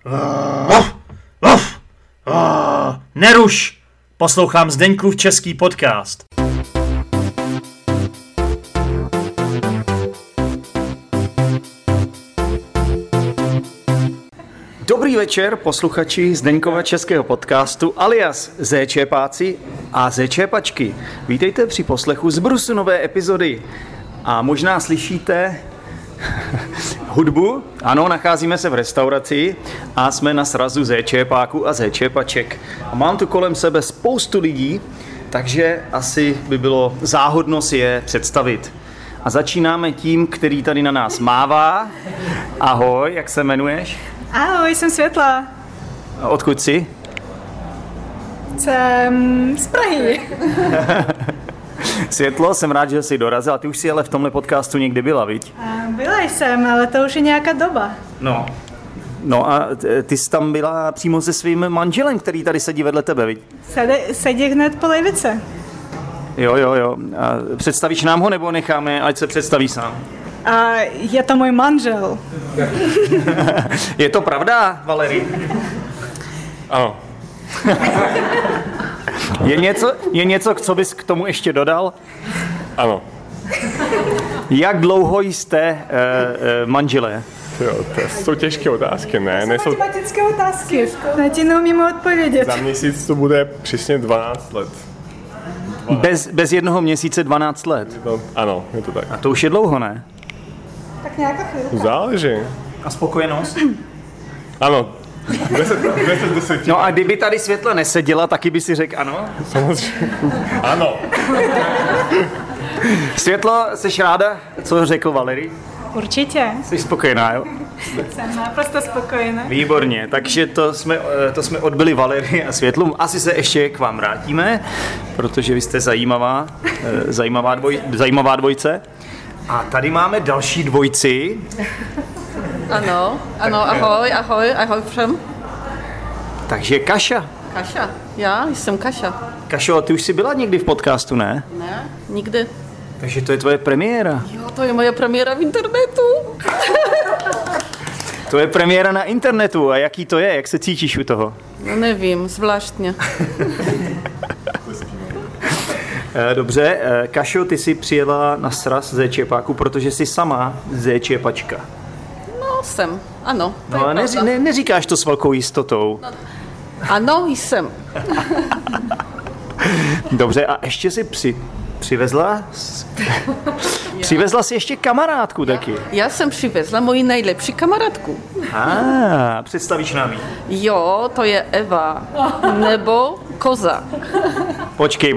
Neruš! Poslouchám Zdeňkův český podcast. Dobrý večer, posluchači Zdeňkova českého podcastu alias Zéčepáci a Zéčepačky. Vítejte při poslechu z Brusu nové epizody. A možná slyšíte hudbu. Ano, nacházíme se v restauraci a jsme na srazu Zéčepáků a Zéčepaček. A mám tu kolem sebe spoustu lidí, takže asi by bylo záhodno si je představit. A začínáme tím, který tady na nás mává. Ahoj, jak se jmenuješ? Ahoj, jsem Světla. A odkud jsi? Jsem z Prahy. Světlo, jsem rád, že jsi dorazila. Ty už jsi ale v tomhle podcastu někdy byla, viď? Byla jsem, ale to už je nějaká doba. No a ty jsi tam byla přímo se svým manželem, který tady sedí vedle tebe, viď? Sedí hned po levice. Jo. A představíš nám ho, nebo necháme, ať se představí sám? A je to můj manžel. Je to pravda, Valery? Ano. Je něco, co bys k tomu ještě dodal? Ano. Jak dlouho jste manželé? Jo, to jsou těžké otázky, ne? Matematické otázky. Na ti neumím odpovědět. Za měsíc to bude přesně 12 let. Bez jednoho měsíce 12 let? Ano, je to tak. A to už je dlouho, ne? Tak nějaká chvíli. Záleží. A spokojenost? Ano. 10. No a kdyby tady Světla neseděla, taky by si řekl ano? Samozřejmě. Ano. Světlo, jsi ráda, co řekl Valery? Určitě. Jsi spokojená, jo? Jsem naprosto spokojená. Výborně, takže to jsme odbyli Valery a Světlu. Asi se ještě k vám vrátíme, protože vy jste zajímavá dvojce. A tady máme další dvojci. Ano, ahoj všem. Takže Kaša. Kaša, já jsem Kaša. Kašo, ty už jsi byla někdy v podcastu, ne? Ne, nikdy. Takže to je tvoje premiéra. Jo, to je moje premiéra v internetu. To je premiéra na internetu. A jaký to je? Jak se cítíš u toho? No nevím, zvláštně. Dobře, Kašo, ty jsi přijela na sraz Zéčepáku, protože jsi sama Zéčepačka. No, jsem, ano. No a neříkáš to s velkou jistotou. No, ano, jsem. Dobře, a ještě si přivezla si ještě kamarádku taky. Já jsem přivezla moji nejlepší kamarádku. Představíš nám ji? Jo, to je Eva, nebo Koza. Počkej.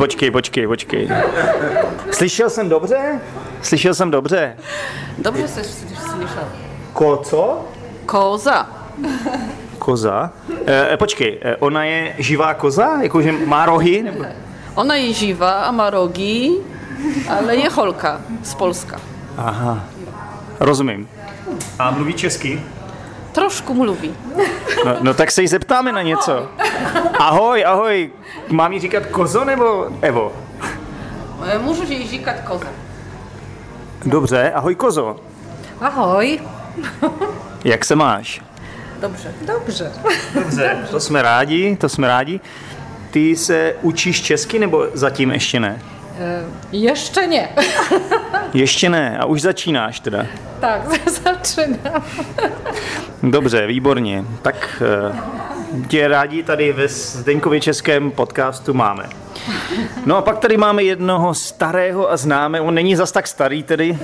Slyšel jsem dobře? Dobře jsi slyšel. Co? Koza. Koza? Počkej, ona je živá koza? Jakože má rohy? Nebo? Ona je živá a má rogy, ale je holka z Polska. Aha, rozumím. A mluví česky? Trošku mluví. No tak se jí zeptáme na něco. Ahoj, mám jí říkat Kozo nebo Evo? Můžu jí říkat Koza. Dobře, ahoj Kozo. Ahoj. Jak se máš? Dobře. Dobře, to jsme rádi. Ty se učíš česky nebo zatím ještě ne? Ještě ne. Ještě ne, a už začínáš teda. Tak, začínám. Dobře, výborně. Tak tě rádi tady ve Zdeňkově českém podcastu máme. No a pak tady máme jednoho starého a známého, on není zas tak starý tedy.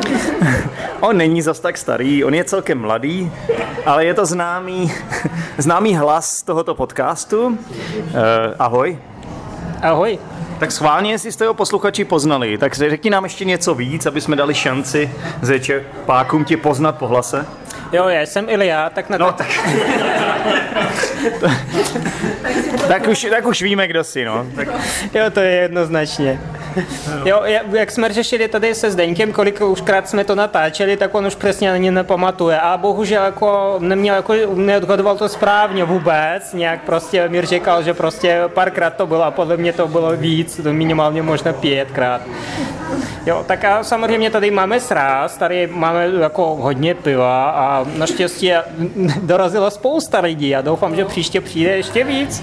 On je celkem mladý, ale je to známý hlas tohoto podcastu. Ahoj. Ahoj. Tak schválně, jestli jste ho posluchači poznali, tak řekni nám ještě něco víc, aby jsme dali šanci Zéčepákům tě poznat po hlase. Jo, já jsem Ilja, tak na to. No tak. tak už víme, kdo jsi, no. Tak. Jo, to je jednoznačně. Jo, jak jsme řešili tady se Zdeňkem, kolik užkrát jsme to natáčeli, tak on už přesně ani nepamatuje. A bohužel jako neodhodoval to správně vůbec. Nějak prostě mi říkal, že prostě párkrát to bylo a podle mě to bylo víc, to minimálně možná 5krát. Jo, tak a samozřejmě tady máme sraz, tady máme jako hodně piva a naštěstí dorazila spousta lidí a doufám, že příště přijde ještě víc.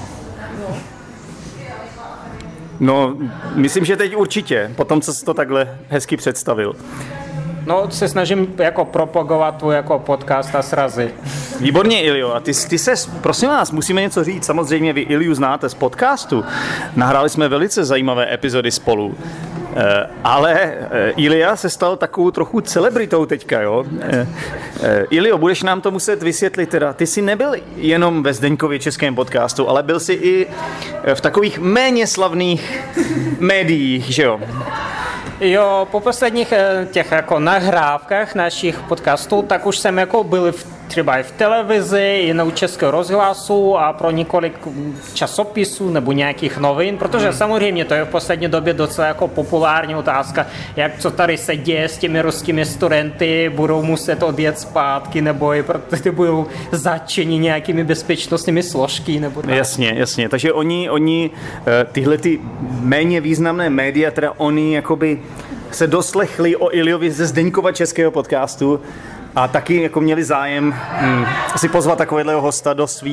No, myslím, že teď určitě, potom co jsi to takhle hezky představil. No, se snažím jako propagovat tvůj jako podcast a srazy. Výborně, Ilio. A ty se, prosím vás, musíme něco říct. Samozřejmě vy Iliu znáte z podcastu. Nahráli jsme velice zajímavé epizody spolu. Ale Ilia se stal takovou trochu celebritou teďka, jo. Ilio, budeš nám to muset vysvětlit teda. Ty jsi nebyl jenom ve Zdeňkově českém podcastu, ale byl jsi i v takových méně slavných médiích, že jo? Jo, po posledních těch jako nahrávkách našich podcastů, tak už jsem jako byl třeba i v televizi, i na Českého rozhlasu a pro několik časopisů nebo nějakých novin, protože samozřejmě to je v poslední době docela jako populární otázka, jak co tady se děje s těmi ruskými studenty, budou muset odjet zpátky nebo i protože budou zatčeni nějakými bezpečnostními složky nebo tak. Jasně. Takže oni tyhle ty méně významné média, teda oni jakoby se doslechli o Iliovi ze Zdeňkova českého podcastu a taky jako měli zájem si pozvat takového hosta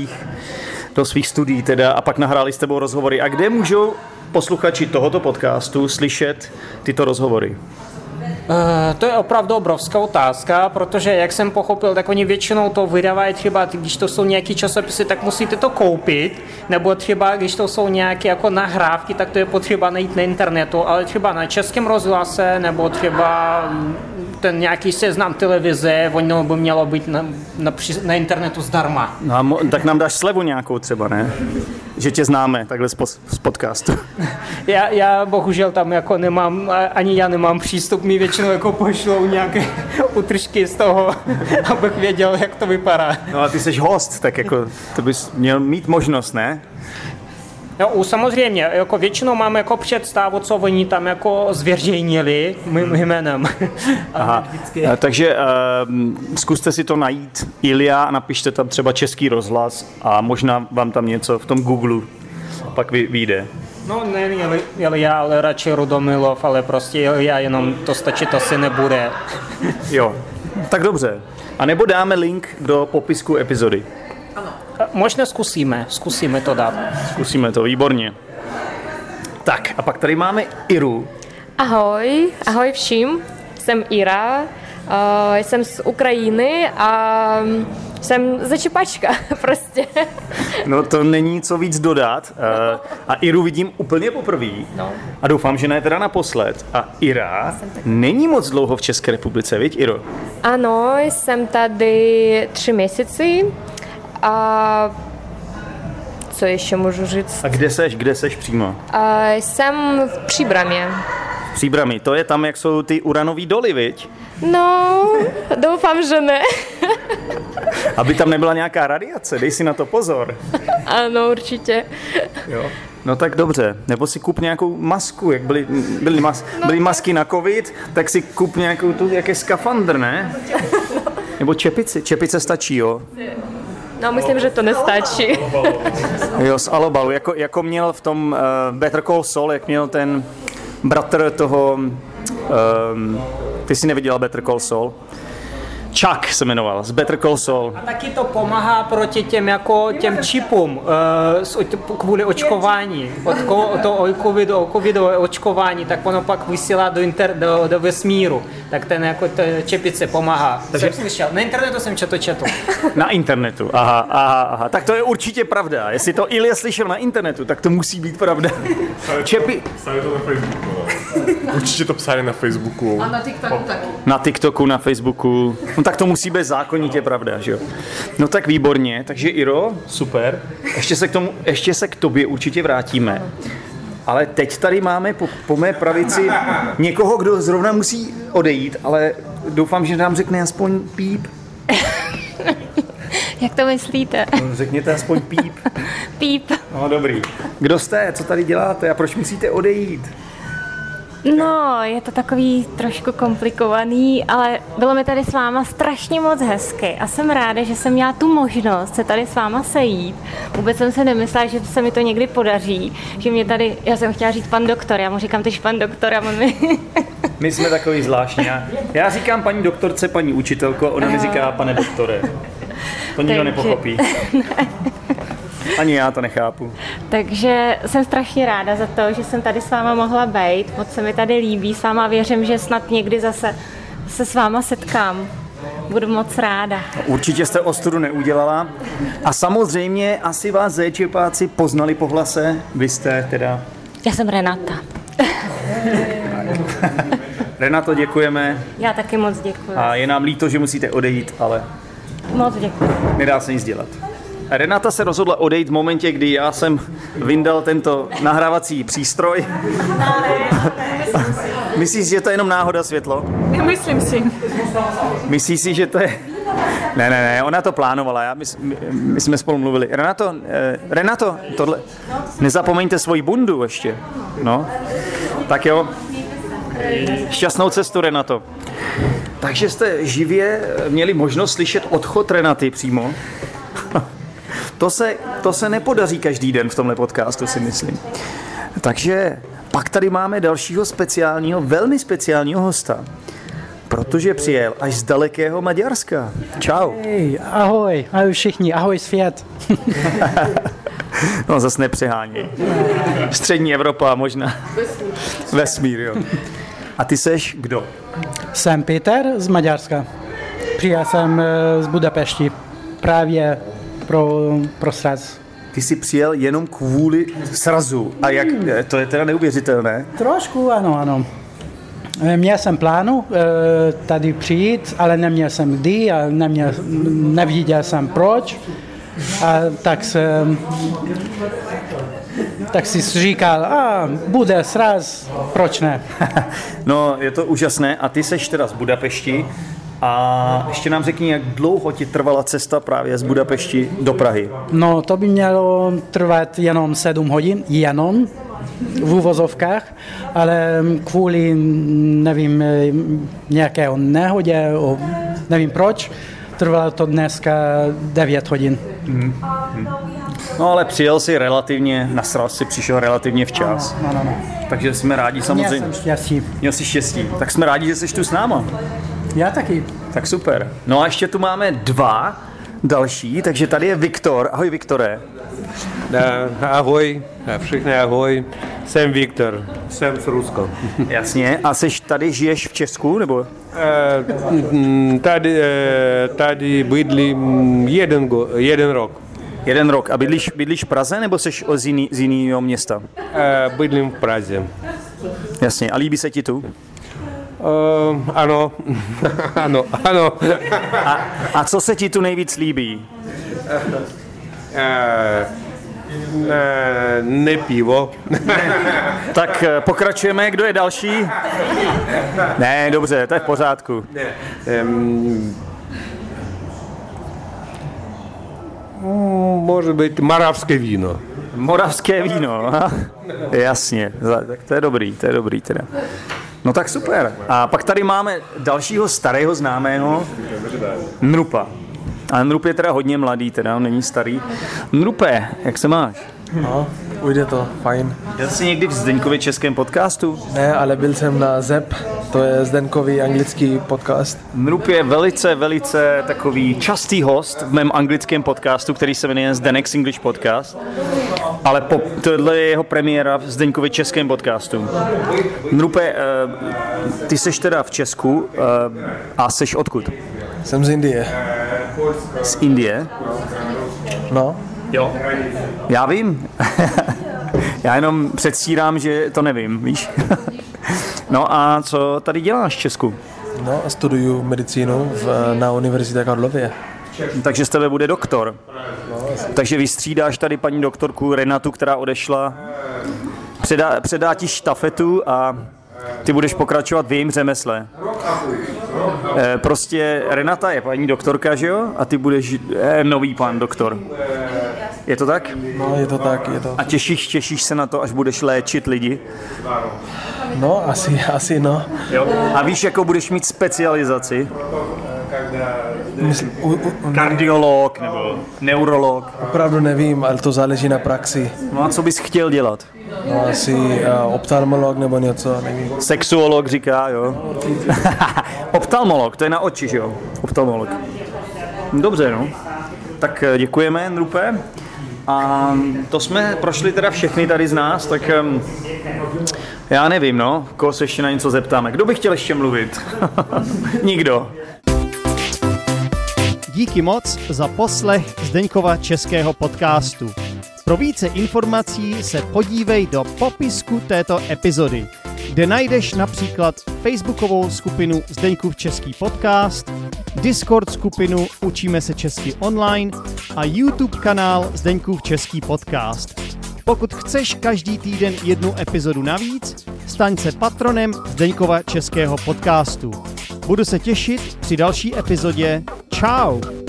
do svých studií teda a pak nahráli s tebou rozhovory. A kde můžou posluchači tohoto podcastu slyšet tyto rozhovory? To je opravdu obrovská otázka, protože jak jsem pochopil, tak oni většinou to vydávají třeba, když to jsou nějaké časopisy, tak musíte to koupit, nebo třeba když to jsou nějaké jako nahrávky, tak to je potřeba najít na internetu, ale třeba na Českém rozhlase, nebo třeba ten nějaký seznam televize, ono by mělo být na internetu zdarma. No, tak nám dáš slevu nějakou třeba, ne? Že tě známe takhle z podcastu. Já bohužel tam jako nemám, ani já nemám přístup, mi většinou jako pošlou nějaké utržky z toho, abych věděl, jak to vypadá. No a ty jsi host, tak jako to bys měl mít možnost, ne? No, samozřejmě, jako většinou máme jako představu, co oni tam jako zveřejnili mým jménem. Aha. Takže zkuste si to najít, Ilia, a napište tam třeba Český rozhlas a možná vám tam něco v tom Google pak vyjde. No ne Ilia, ale radši Rudomilov, ale prostě Ilia, jenom to stačit asi nebude. Jo, tak dobře. A nebo dáme link do popisku epizody. Možná zkusíme to dát. Zkusíme to, výborně. Tak, a pak tady máme Iru. Ahoj všem, jsem Ira, jsem z Ukrajiny a jsem začepačka prostě. No to není co víc dodat. A Iru vidím úplně poprvé. No. A doufám, že ne teda naposled. A Ira není moc dlouho v České republice, viď, Iro? Ano, jsem tady 3 měsíce. A co ještě můžu říct? A kde seš přímo? Jsem v Příbramě. V Příbrami, to je tam, jak jsou ty uranový doly, viď? No, doufám, že ne. Aby tam nebyla nějaká radiace, dej si na to pozor. Ano, určitě. Jo. No tak dobře, nebo si kup nějakou masku, jak byly masky na covid, tak si kup nějakou tu, jak je skafandr, ne? Nebo čepice stačí, jo? No, myslím, že to nestačí. Jo, z alobalu, jako měl v tom Better Call Saul, jak měl ten bratr toho, ty jsi neviděla Better Call Saul? Chuck se jmenoval, z Better Call Saul. A taky to pomáhá proti těm čipům kvůli očkování. Od covidové očkování, tak ono pak vysílá do vesmíru. Tak ten čepice pomáhá. Jsem slyšel. Na internetu jsem četl. Na internetu, aha. Tak to je určitě pravda. Jestli to Ilia slyšel na internetu, tak to musí být pravda. Psali to na Facebooku. Určitě to psali na Facebooku. A na TikToku taky. Na TikToku, na Facebooku. No tak to musí být zákonitě pravda, že jo? No tak výborně, takže Iro, super. Ještě se k tobě určitě vrátíme. Ale teď tady máme po mé pravici někoho, kdo zrovna musí odejít, ale doufám, že nám řekne aspoň píp. Jak to myslíte? No, řekněte aspoň píp. Píp. No dobrý. Kdo jste? Co tady děláte a proč musíte odejít? No, je to takový trošku komplikovaný, ale bylo mi tady s váma strašně moc hezky a jsem ráda, že jsem měla tu možnost se tady s váma sejít. Vůbec jsem se nemyslela, že se mi to někdy podaří, že mě tady, já jsem chtěla říct pan doktor, já mu říkám tyž pan doktor a on mi... My jsme takový zvláštní. Já říkám paní doktorce, paní učitelko, ona mi říká pane doktore. To nikdo nepochopí. Ani já to nechápu. Takže jsem strašně ráda za to, že jsem tady s váma mohla být. Moc se mi tady líbí s váma. Věřím, že snad někdy zase se s váma setkám. Budu moc ráda. Určitě jste ostudu neudělala. A samozřejmě asi vás zéčepáci poznali po hlase. Vy jste teda... Já jsem Renata. Renato, děkujeme. Já taky moc děkuji. A je nám líto, že musíte odejít, ale... Moc děkuji. Nedá se nic dělat. Renata se rozhodla odejít v momentě, kdy já jsem vyndal tento nahrávací přístroj. Myslíš si, že to je jenom náhoda světlo? Myslím si. Myslíš si, že to je... Ne, ona to plánovala, my jsme spolu mluvili. Renato, tohle... Nezapomeňte svoji bundu ještě. No, tak jo. Šťastnou cestu, Renato. Takže jste živě měli možnost slyšet odchod Renaty přímo. To se nepodaří každý den v tomhle podcastu, si myslím. Takže pak tady máme dalšího speciálního, velmi speciálního hosta. Protože přijel až z dalekého Maďarska. Čau. Hej, ahoj všichni, ahoj svět. No zas nepřeháněj. Střední Evropa možná. Vesmír, jo. A ty seš kdo? Jsem Peter z Maďarska. Přijel jsem z Budapešti právě pro sraz. Ty jsi přijel jenom kvůli srazu. A jak, to je teda neuvěřitelné. Trošku, ano. Měl jsem plánu tady přijít, ale neměl jsem kdy a neviděl jsem proč. A tak si říkal, bude sraz, proč ne? No, je to úžasné. A ty seš teda z Budapešti. A ještě nám řekni, jak dlouho ti trvala cesta právě z Budapešti do Prahy? No, to by mělo trvat jenom 7 hodin, jenom v uvozovkách, ale kvůli, nevím, nějakého nehodě, nevím proč, trvalo to dneska 9 hodin. No, ale přijel si relativně, na sraz si přišel relativně včas. Ano. Takže jsme rádi samozřejmě. Měl jsem štěstí. Měl jsi štěstí. Tak jsme rádi, že jsi tu s náma. Já taky. Tak super. No a ještě tu máme 2 další, takže tady je Viktor. Ahoj, Viktore. Ahoj, všichni ahoj. Jsem Viktor, jsem z Ruska. Jasně. A jsi tady, žiješ v Česku, nebo? Tady bydlím jeden rok. 1 rok. A bydlíš v Praze, nebo jsi z jiného města? Bydlím v Praze. Jasně. A líbí se ti tu? Ano. Ano. A co se ti tu nejvíc líbí? Ne pivo. Tak pokračujeme, kdo je další? Ne, dobře, to je v pořádku. Může být moravské víno. Moravské víno, aha. Jasně, tak to je dobrý teda. No tak super. A pak tady máme dalšího starého známého, Nrupa. A Nrup je teda hodně mladý, teda on není starý. Nrupe, jak se máš? No, ujde to, fajn. Byl jsi někdy v Zdeňkově českém podcastu? Ne, ale byl jsem na ZEP, to je Zdeňkový anglický podcast. Nrup je velice takový častý host v mém anglickém podcastu, který se jmenuje Zdenek's English Podcast. Ale tohle je jeho premiéra v Zdeňkově českém podcastu. Nrupe, ty seš teda v Česku a seš odkud? Jsem z Indie. Z Indie? No. Jo. Já vím. Já jenom předstírám, že to nevím, víš? No a co tady děláš v Česku? No, studuju medicínu na Univerzitě Karlově. Takže z tebe bude doktor. Takže vystřídáš tady paní doktorku Renatu, která odešla, předá ti štafetu a ty budeš pokračovat v jejím řemesle. Prostě Renata je paní doktorka, že jo? A ty budeš nový pan doktor. Je to tak? No, je to tak, je to. A těšíš se na to, až budeš léčit lidi? No, asi no. Jo. A víš, jakou budeš mít specializaci? Kardiolog nebo neurolog? Opravdu nevím, ale to záleží na praxi. No a co bys chtěl dělat? No, asi optalmolog nebo něco, nevím. Sexuolog říká, jo. Optalmolog, to je na oči, že jo? Optalmolog. Dobře, no. Tak děkujeme, Drupe. A to jsme prošli teda všechny tady z nás, tak já nevím, no, koho se ještě na něco zeptáme. Kdo by chtěl ještě mluvit? Nikdo. Díky moc za poslech Zdeňkova českého podcastu. Pro více informací se podívej do popisku této epizody, kde najdeš například facebookovou skupinu Zdeňkův český podcast, Discord skupinu Učíme se česky online a YouTube kanál Zdeňkův český podcast. Pokud chceš každý týden jednu epizodu navíc, staň se patronem Zdeňkova českého podcastu. Budu se těšit při další epizodě. Čau!